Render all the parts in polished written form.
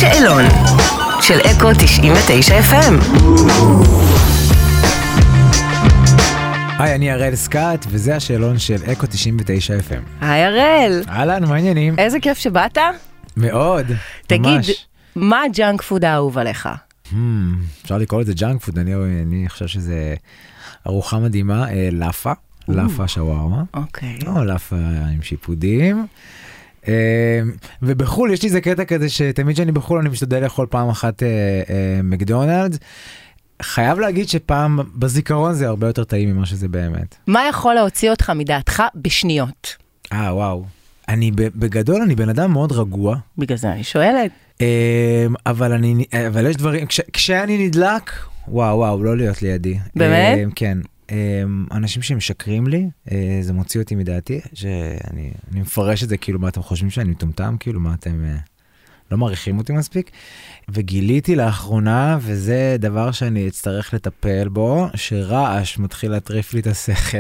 השאלון של אקו 99 FM. היי, אני הראל סקאט, וזה השאלון של אקו 99 FM. היי הראל. אהלן, מה העניינים? איזה כיף שבאת. מאוד, תגיד, ממש. מה הג'אנק פוד האהוב עליך? אפשר לקרוא לזה ג'אנק פוד, אני חושב שזה ארוחה מדהימה, לאפה, לאפה שווארמה. אוקיי. או לאפה עם שיפודים. ובחול יש לי איזה קטע כזה שתמיד שאני בחול אני משתדל לאכול פעם אחת מקדונלדס. חייב להגיד שפעם בזיכרון זה הרבה יותר טעים ממה שזה באמת. מה יכול להוציא אותך מדעתך בשניות? וואו. בגדול אני בן אדם מאוד רגוע. בגלל זה אני שואלת. אבל יש דברים, כשאני נדלק, וואו, לא להיות לידי. באמת? כן. אנשים שמשקרים לי, זה מוציא אותי מדעתי, שאני מפרש את זה כאילו מה אתם חושבים שאני מטומטם, כאילו מה אתם לא מעריכים אותי מספיק. וגיליתי לאחרונה, וזה דבר שאני אצטרך לטפל בו, שרעש מתחיל להטריף לי את השכל.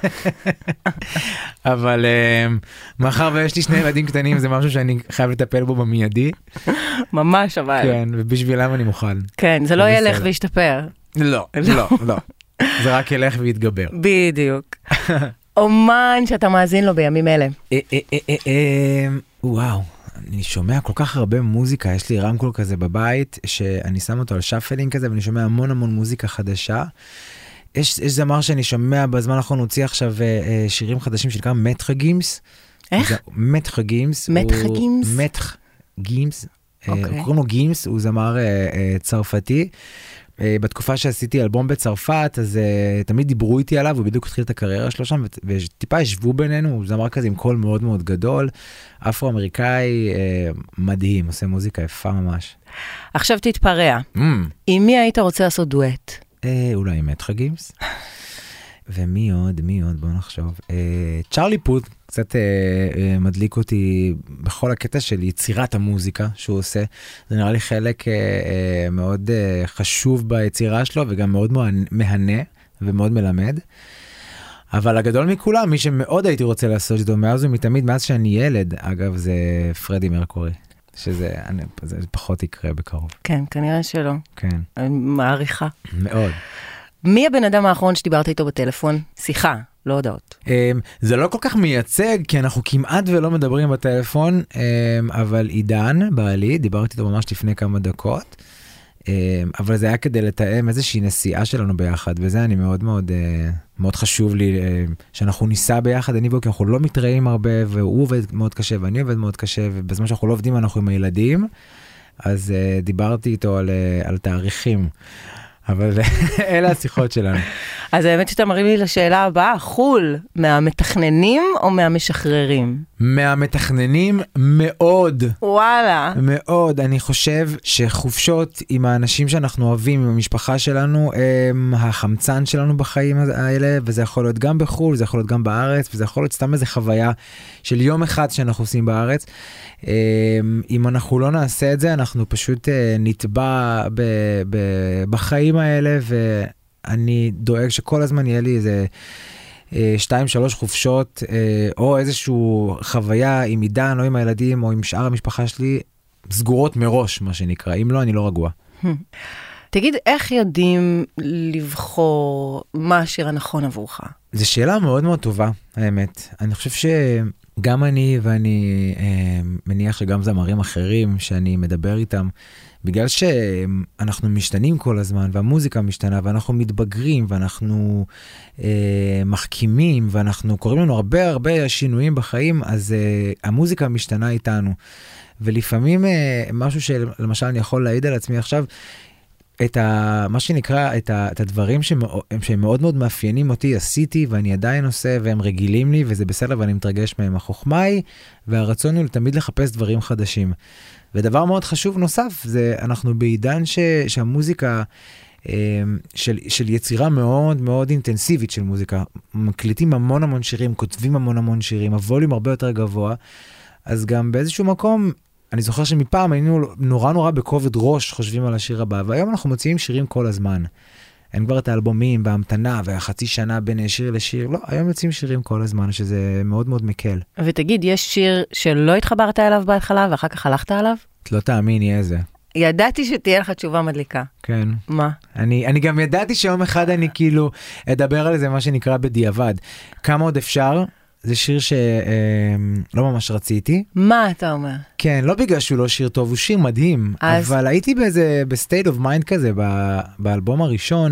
אבל מאחר ויש לי שני ילדים קטנים, זה משהו שאני חייב לטפל בו במיידי. ממש אבל. כן, ובשבילם אני מוכן. כן, זה לא ילך וישתפר. לא. זה רק ילך ויתגבר. בדיוק. אומן שאתה מאזין לו בימים אלה. וואו. אני שומע כל כך הרבה מוזיקה, יש לי רמקול כזה בבית, שאני שם אותו על שפלינג כזה, ואני שומע המון מוזיקה חדשה. יש זמר שאני שומע בזמן האחרון, הוציא עכשיו שירים חדשים שנקרא מטח גימס. איך? מטח גימס. מטח גימס? מטח גימס. קוראים לו גימס, הוא זמר צרפתי. בתקופה שעשיתי אלבום בצרפת, אז תמיד דיברו איתי עליו, הוא בדיוק התחיל את הקריירה שלו שם, וטיפה ישבו בינינו, הוא זמר כזה עם קול מאוד מאוד גדול, אפרו-אמריקאי, מדהים, עושה מוזיקה יפה ממש. עכשיו תתפרע. עם מי היית רוצה לעשות דואט? אולי עם מטח גימס. ומי עוד, בוא נחשוב. צ'רלי פוט קצת מדליק אותי בכל הקטע של יצירת המוזיקה שהוא עושה. זה נראה לי חלק מאוד חשוב ביצירה שלו, וגם מאוד מהנה ומאוד מלמד. אבל הגדול מכולם, מי שמאוד הייתי רוצה לעשות איתו מאז ומתמיד, מאז שאני ילד, אגב, זה פרדי מרקורי. שזה פחות יקרה בקרוב. כן, כנראה שלא. כן. אני מעריכה. מאוד. מי הבן אדם האחרון שדיברת איתו בטלפון? שיחה, לא הודעות. זה לא כל כך מייצג, כי אנחנו כמעט ולא מדברים בטלפון, אבל עידן, בעלי, דיברתי איתו ממש לפני כמה דקות, אבל זה היה כדי לתאם איזושהי נסיעה שלנו ביחד, וזה אני מאוד מאוד, מאוד חשוב לי, שאנחנו ניסע ביחד, אני בו, כי אנחנו לא מתראים הרבה, והוא עובד מאוד קשה, ואני עובד מאוד קשה, ובזמן שאנחנו לא עובדים, אנחנו עם הילדים, אז דיברתי איתו על תאריכים. אבל אלה השיחות שלנו. אז האמת שאתה מרים לי לשאלה הבאה, חול, מהמתכננים או מהמשחררים? מהמתכננים מאוד. וואלה. מאוד. אני חושב שחופשות עם האנשים שאנחנו אוהבים, עם המשפחה שלנו, הם החמצן שלנו בחיים האלה, וזה יכול להיות גם בחול, זה יכול להיות גם בארץ, וזה יכול להיות סתם איזו חוויה של יום אחד שאנחנו עושים בארץ. אם אנחנו לא נעשה את זה, אנחנו פשוט נטבע בחיים האלה, ואני דואג שכל הזמן יהיה לי איזה 2-3 חופשות, או איזשהו חוויה עם עידן, או עם הילדים, או עם שאר המשפחה שלי, סגורות מראש, מה שנקרא. אם לא, אני לא רגוע. תגיד, איך יודעים לבחור מה השיר הנכון עבורך? זו שאלה מאוד מאוד טובה, האמת. אני חושב שגם אני, ואני מניח שגם זמרים אחרים שאני מדבר איתם, בגלל שאנחנו משתנים כל הזמן, והמוזיקה משתנה, ואנחנו מתבגרים, ואנחנו מחכימים, ואנחנו קוראים לנו הרבה שינויים בחיים, אז המוזיקה משתנה איתנו. ולפעמים משהו שלמשל אני יכול להעיד על עצמי עכשיו, מה שנקרא, את הדברים שהם מאוד מאוד מאפיינים אותי, עשיתי ואני עדיין עושה, והם רגילים לי, וזה בסדר ואני מתרגש מהם. החוכמה היא, והרצון הוא תמיד לחפש דברים חדשים. ודבר מאוד חשוב נוסף, זה אנחנו בעידן שהמוזיקה, של יצירה מאוד מאוד אינטנסיבית של מוזיקה, מקליטים המון שירים, כותבים המון שירים, הווליום הרבה יותר גבוה, אז גם באיזשהו מקום, אני זוכר שמפעם היינו נורא בכובד ראש חושבים על השיר הבא, והיום אנחנו מוציאים שירים כל הזמן. אין כבר את האלבומים בהמתנה והחצי שנה בין שיר לשיר, לא, היום יוצאים שירים כל הזמן, שזה מאוד מאוד מקל. ותגיד, יש שיר שלא התחברת אליו בהתחלה ואחר כך הלכת עליו? את לא תאמיני איזה. ידעתי שתהיה לך תשובה מדליקה. כן. מה? אני גם ידעתי שיום אחד אני כאילו אדבר על זה, מה שנקרא בדיעבד. כמה עוד אפשר? זה שיר שלא ממש רציתי. מה אתה אומר? כן, לא בגלל שהוא לא שיר טוב, הוא שיר מדהים. אבל הייתי בסטייט אוף מיינד כזה, באלבום הראשון,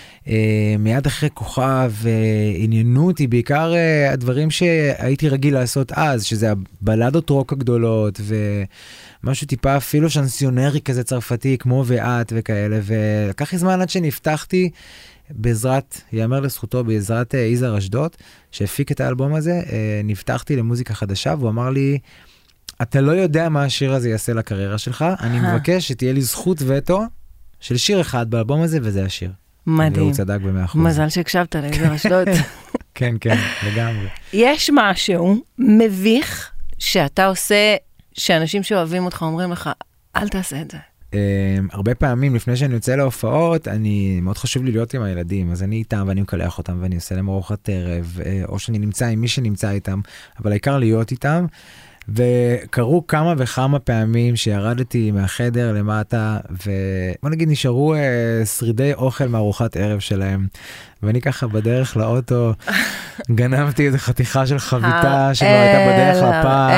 מיד אחרי כוכב, עניינו אותי בעיקר הדברים שהייתי רגיל לעשות אז, שזה הבלדות רוק הגדולות, ומשהו טיפה אפילו שנסיונרי כזה צרפתי, כמו ואת וכאלה, ולקח לי זמן עד שנפתחתי, בעזרת, יאמר לזכותו, בעזרת יזהר אשדות, שהפיק את האלבום הזה, נפתחתי למוזיקה חדשה, והוא אמר לי, אתה לא יודע מה השיר הזה יעשה לקריירה שלך, אני מבקש שתהיה לי זכות וטו של שיר אחד באלבום הזה, וזה השיר. מדהים. והוא צדק ב100%. מזל שהקשבת ליזהר אשדות. כן, כן, לגמרי. יש משהו מביך שאתה עושה, שאנשים שאוהבים אותך אומרים לך, אל תעשה את זה. הרבה פעמים לפני שאני יוצא להופעות, מאוד חשוב לי להיות עם הילדים, אז אני איתם ואני מקלח אותם ואני עושה להם ארוחת ערב, או שאני נמצא עם מי שנמצא איתם, אבל העיקר להיות איתם, וקרו כמה וכמה פעמים שירדתי מהחדר למטה, ובוא נגיד נשארו שרידי אוכל מארוחת ערב שלהם, ואני ככה בדרך לאוטו, גנבתי איזו חתיכה של חביתה שלא הייתה בדרך לפח.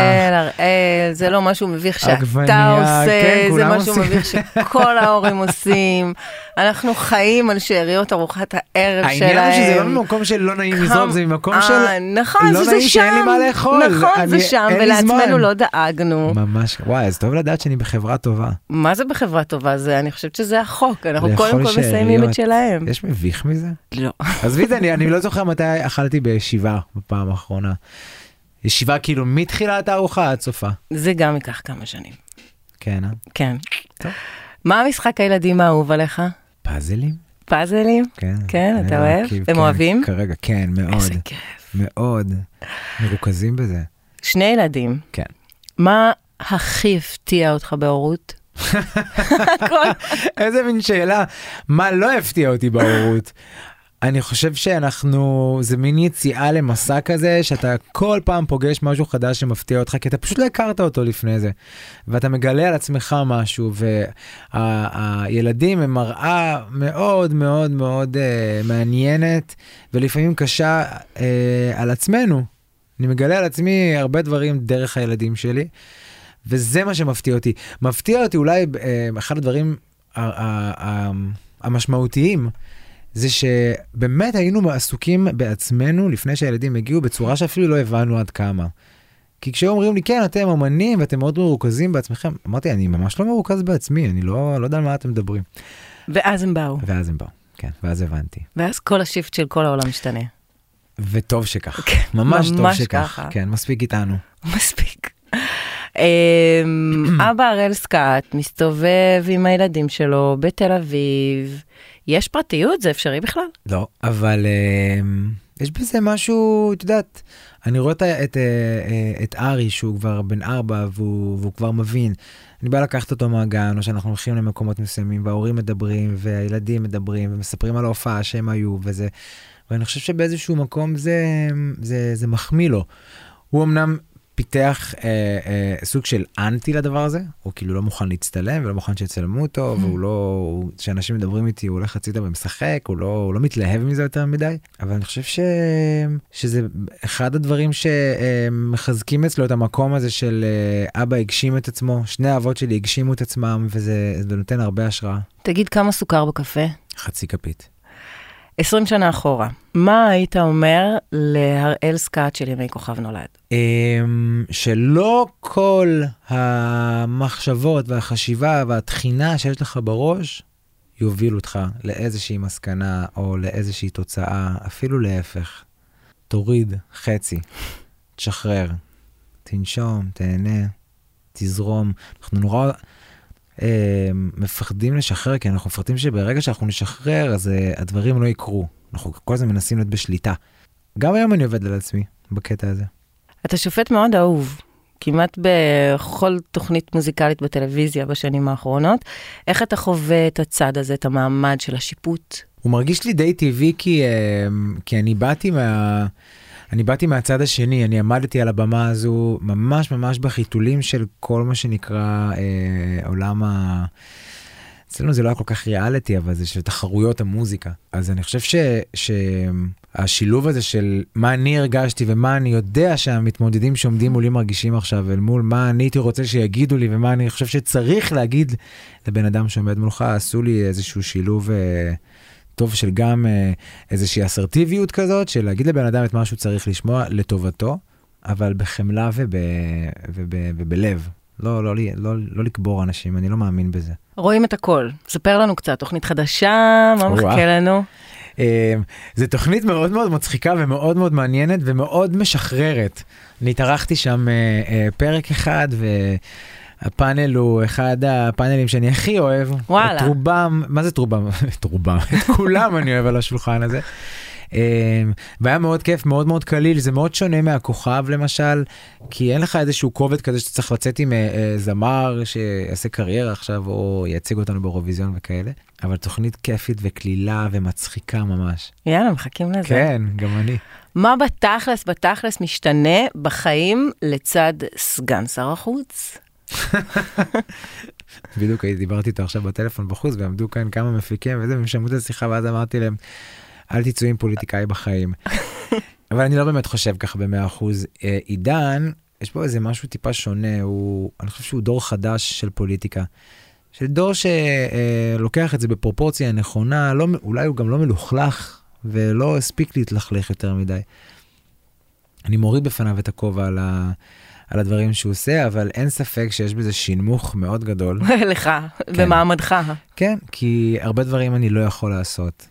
זה לא משהו מביך שאתה עושה, זה משהו מביך שכל ההורים עושים. אנחנו חיים על שאריות ארוחת הערב שלהם. העניין הוא שזה לא ממקום של לא נעים לזרוק, זה ממקום של לא נעים שאין לי מה לאכול. נכון, זה שם, ולעצמנו לא דאגנו. ממש, וואי, אז טוב לדעת שאני בחברה טובה. מה זה בחברה טובה? אני חושבת שזה החוק, אנחנו קודם כל מסיימים את שלהם. יש מביך מזה? לא. אז וידע, אני לא זוכר מתי אכלתי בישיבה בפעם האחרונה. ישיבה כאילו מתחילת הארוחה עד סופה. זה גם ייקח כמה שנים. כן, כן. טוב. מה המשחק הילדים האהוב עליך? פאזלים. פאזלים? כן. כן, אתה אוהב? הם אוהבים? כרגע, כן, מאוד. איזה כיף. מאוד. מרוכזים בזה. 2 ילדים. כן. מה הכי הפתיע אותך בהורות? איזה מין שאלה. מה לא הפתיע אותי בהורות? אני חושב זה מין יציאה למסע כזה, שאתה כל פעם פוגש משהו חדש שמפתיע אותך, כי אתה פשוט לא הכרת אותו לפני זה. ואתה מגלה על עצמך משהו, והילדים הם מראה מאוד מאוד מאוד מעניינת, ולפעמים קשה על עצמנו. אני מגלה על עצמי הרבה דברים דרך הילדים שלי, וזה מה שמפתיע אותי. מפתיע אותי אולי אחד הדברים המשמעותיים, זה שבאמת היינו עסוקים בעצמנו לפני שהילדים הגיעו בצורה שאפילו לא הבנו עד כמה. כי כשאומרים לי, כן, אתם אומנים ואתם מאוד מרוכזים בעצמכם, אמרתי, אני ממש לא מרוכז בעצמי, אני לא יודע על מה אתם מדברים. ואז הם באו. כן, ואז הבנתי. ואז כל השיפט של כל העולם משתנה. וטוב שכך, ממש טוב שכך. כן, מספיק איתנו. מספיק. אבא הראל סקאט מסתובב עם הילדים שלו בתל אביב. יש פרטיות? זה אפשרי בכלל? לא, אבל יש בזה משהו, את יודעת, אני רואה את ארי שהוא כבר בן 4 והוא כבר מבין. אני בא לקחת אותו מהגן, או שאנחנו הולכים למקומות מסוימים, וההורים מדברים, והילדים מדברים, ומספרים על ההופעה שהם היו, וזה, ואני חושב שבאיזשהו מקום זה מחמיא לו. הוא אמנם פיתח סוג של אנטי לדבר הזה, הוא כאילו לא מוכן להצטלם, ולא מוכן שיצלמו אותו, והוא לא, כשאנשים מדברים איתי, הוא הולך הצידה ומשחק, הוא לא מתלהב מזה יותר מדי, אבל אני חושב שזה אחד הדברים שמחזקים אצלו את המקום הזה של אבא הגשים את עצמו, 2 האבות שלי הגשימו את עצמם, וזה נותן הרבה השראה. תגיד, כמה סוכר בקפה? חצי כפית. 20 שנה אחורה, מה היית אומר להראל סקאט של ימי כוכב נולד? שלא כל המחשבות והחשיבה והתחינה שיש לך בראש יובילו אותך לאיזושהי מסקנה או לאיזושהי תוצאה, אפילו להפך. תוריד חצי, תשחרר, תנשום, תהנה, תזרום. אנחנו נורא מפחדים לשחרר, כי אנחנו מפחדים שברגע שאנחנו נשחרר, אז הדברים לא יקרו. אנחנו כל הזמן מנסים להיות בשליטה. גם היום אני עובד על עצמי בקטע הזה. אתה שופט מאוד אהוב, כמעט בכל תוכנית מוזיקלית בטלוויזיה בשנים האחרונות. איך אתה חווה את הצד הזה, את המעמד של השיפוט? הוא מרגיש לי די טבעי, כי אני באתי אני באתי מהצד השני, אני עמדתי על הבמה הזו ממש ממש בחיתולים של כל מה שנקרא עולם אצלנו זה לא היה כל כך ריאליטי, אבל זה של תחרויות המוזיקה. אז אני חושב שהשילוב הזה של מה אני הרגשתי ומה אני יודע שהמתמודדים שעומדים מולי מרגישים עכשיו, אל מול מה אני הייתי רוצה שיגידו לי ומה אני חושב שצריך להגיד לבן אדם שעומד מולך, עשו לי איזשהו שילוב טוב של גם איזושהי אסרטיביות כזאת, של להגיד לבן אדם את מה שהוא צריך לשמוע לטובתו, אבל בחמלה ובלב. לא לקבור אנשים, אני לא מאמין בזה. רואים את הכל. ספר לנו קצת, תוכנית חדשה, מה מחכה לנו? זו תוכנית מאוד מאוד מצחיקה ומאוד מאוד מעניינת ומאוד משחררת. אני התארחתי שם פרק אחד, והפאנל הוא אחד הפאנלים שאני הכי אוהב. וואלה. את רובם, מה זה רובם? את רובם, את כולם אני אוהב על השולחן הזה. והיה מאוד כיף, מאוד מאוד קליל, זה מאוד שונה מהכוכב למשל, כי אין לך איזשהו כובד כזה שאתה צריך לצאת עם זמר שיעשה קריירה עכשיו, או יציג אותנו באירוויזיון וכאלה, אבל תוכנית כיפית וכלילה ומצחיקה ממש. יאללה, מחכים לזה. כן, גם אני. מה בתכלס משתנה בחיים לצד סגן שר החוץ? בדיוק, דיברתי איתו עכשיו בטלפון בחוץ, ועמדו כאן כמה מפיקים וזה, והם שמעו את השיחה, ואז אמרתי להם, אל תצאו עם פוליטיקאי בחיים. אבל אני לא באמת חושב ככה ב100%. עידן, יש פה איזה משהו טיפה שונה, אני חושב שהוא דור חדש של פוליטיקה. של דור שלוקח את זה בפרופורציה נכונה, אולי הוא גם לא מלוכלך, ולא הספיק להתלכלך יותר מדי. אני מוריד בפניו את הכובע על הדברים שהוא עושה, אבל אין ספק שיש בזה שינמוך מאוד גדול. לך, במעמדך. כן, כי הרבה דברים אני לא יכול לעשות.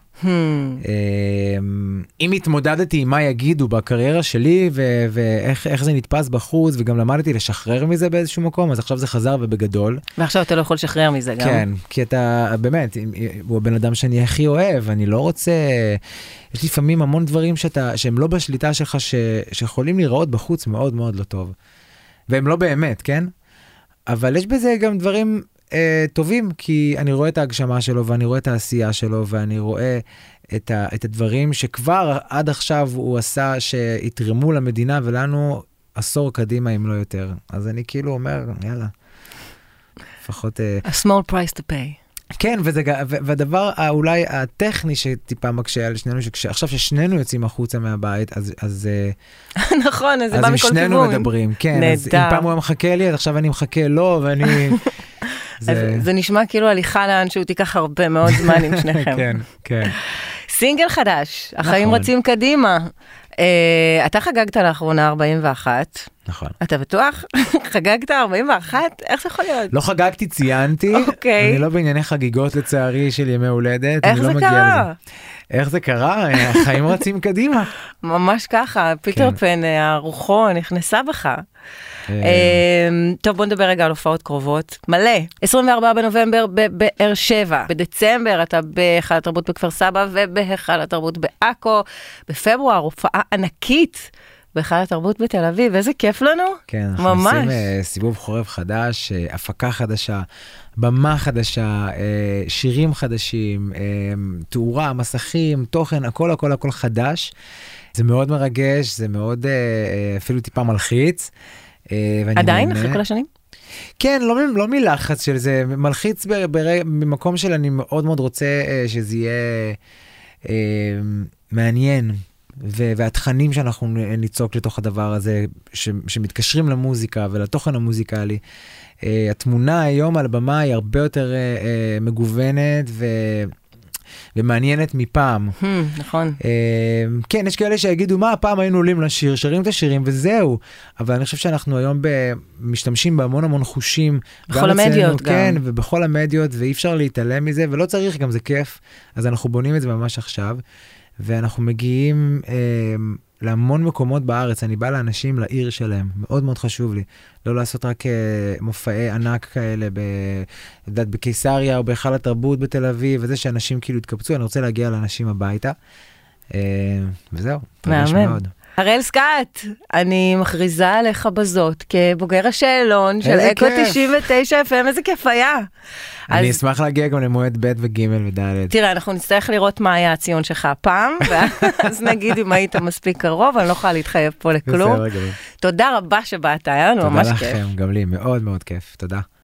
אם התמודדתי עם מה יגידו בקריירה שלי ואיך זה נתפס בחוץ, וגם למדתי לשחרר מזה באיזשהו מקום, אז עכשיו זה חזר ובגדול. ועכשיו אתה לא יכול לשחרר מזה גם. כן, כי אתה באמת, הוא הבן אדם שאני הכי אוהב, אני לא רוצה, יש לפעמים המון דברים שהם לא בשליטה שלך, שיכולים להיראות בחוץ מאוד מאוד לא טוב. והם לא באמת, כן? אבל יש בזה גם דברים טובים, כי אני רואה את ההגשמה שלו, ואני רואה את העשייה שלו, ואני רואה את הדברים שכבר עד עכשיו הוא עשה, שיתרמו למדינה ולנו עשור קדימה, אם לא יותר. אז אני כאילו אומר, יאללה, לפחות... A small price to pay. כן, והדבר אולי הטכני שטיפה מקשה על שנינו, שעכשיו ששנינו יוצאים החוצה מהבית, אז... נכון, אז זה בא מכל כיוון. אז שנינו מדברים, כן. אז אם פעם הוא מחכה לי, אז עכשיו אני מחכה לו, ואני... זה נשמע כאילו הליכה לאן שהוא תיקח הרבה מאוד זמן עם שניכם. כן, כן. סינגל חדש, החיים רצים קדימה. אתה חגגת לאחרונה 41. נכון. אתה בטוח? חגגת 41? איך זה יכול להיות? לא חגגתי, ציינתי. אוקיי. אני לא בענייני חגיגות לצערי של ימי הולדת. איך זה קרה? איך זה קרה? החיים רצים קדימה. ממש ככה, פיטר פן, הרוחו נכנסה בך. טוב, בוא נדבר רגע על הופעות קרובות. מלא. 24 בנובמבר בבאר שבע. בדצמבר אתה בהיכל התרבות בכפר סבא ובהיכל התרבות בעכו. בפברואר הופעה ענקית בהיכל התרבות בתל אביב. איזה כיף לנו. כן, אנחנו עושים סיבוב חורף חדש, הפקה חדשה, במה חדשה, שירים חדשים, תאורה, מסכים, תוכן, הכל הכל הכל חדש. זה מאוד מרגש, זה מאוד אפילו טיפה מלחיץ. עדיין, אחרי כל השנים? כן, לא מלחץ של זה, מלחיץ במקום של אני מאוד מאוד רוצה שזה יהיה מעניין, והתכנים שאנחנו ניצוק לתוך הדבר הזה, שמתקשרים למוזיקה ולתוכן המוזיקלי. התמונה היום על הבמה היא הרבה יותר מגוונת ומעניינת מפעם. נכון. כן, יש כאלה שיגידו, מה, פעם היינו עולים לשיר, שרים את השירים וזהו. אבל אני חושב שאנחנו היום משתמשים בהמון המון חושים. בכל המדיות גם. כן, ובכל המדיות, ואי אפשר להתעלם מזה, ולא צריך, גם זה כיף. אז אנחנו בונים את זה ממש עכשיו, ואנחנו מגיעים להמון מקומות בארץ. אני בא לאנשים, לעיר שלהם. מאוד מאוד חשוב לי. לא לעשות רק מופעי ענק כאלה בקיסריה או בהיכל התרבות בתל אביב, וזה שאנשים כאילו התקבצו, אני רוצה להגיע לאנשים הביתה. וזהו, תרגש מאוד. הראל סקאט, אני מכריזה עליך בזאת כבוגר השאלון של אקו 99 FM, איזה כיף היה. אני אשמח להגיע גם למועד ב' וג' וד'. תראה, אנחנו נצטרך לראות מה היה הציון שלך הפעם, ואז נגיד אם היית מספיק קרוב, אני לא יכולה להתחייב פה לכלום. תודה רבה שבאת, היה לנו ממש כיף. תודה לכם, גם לי, מאוד מאוד כיף, תודה.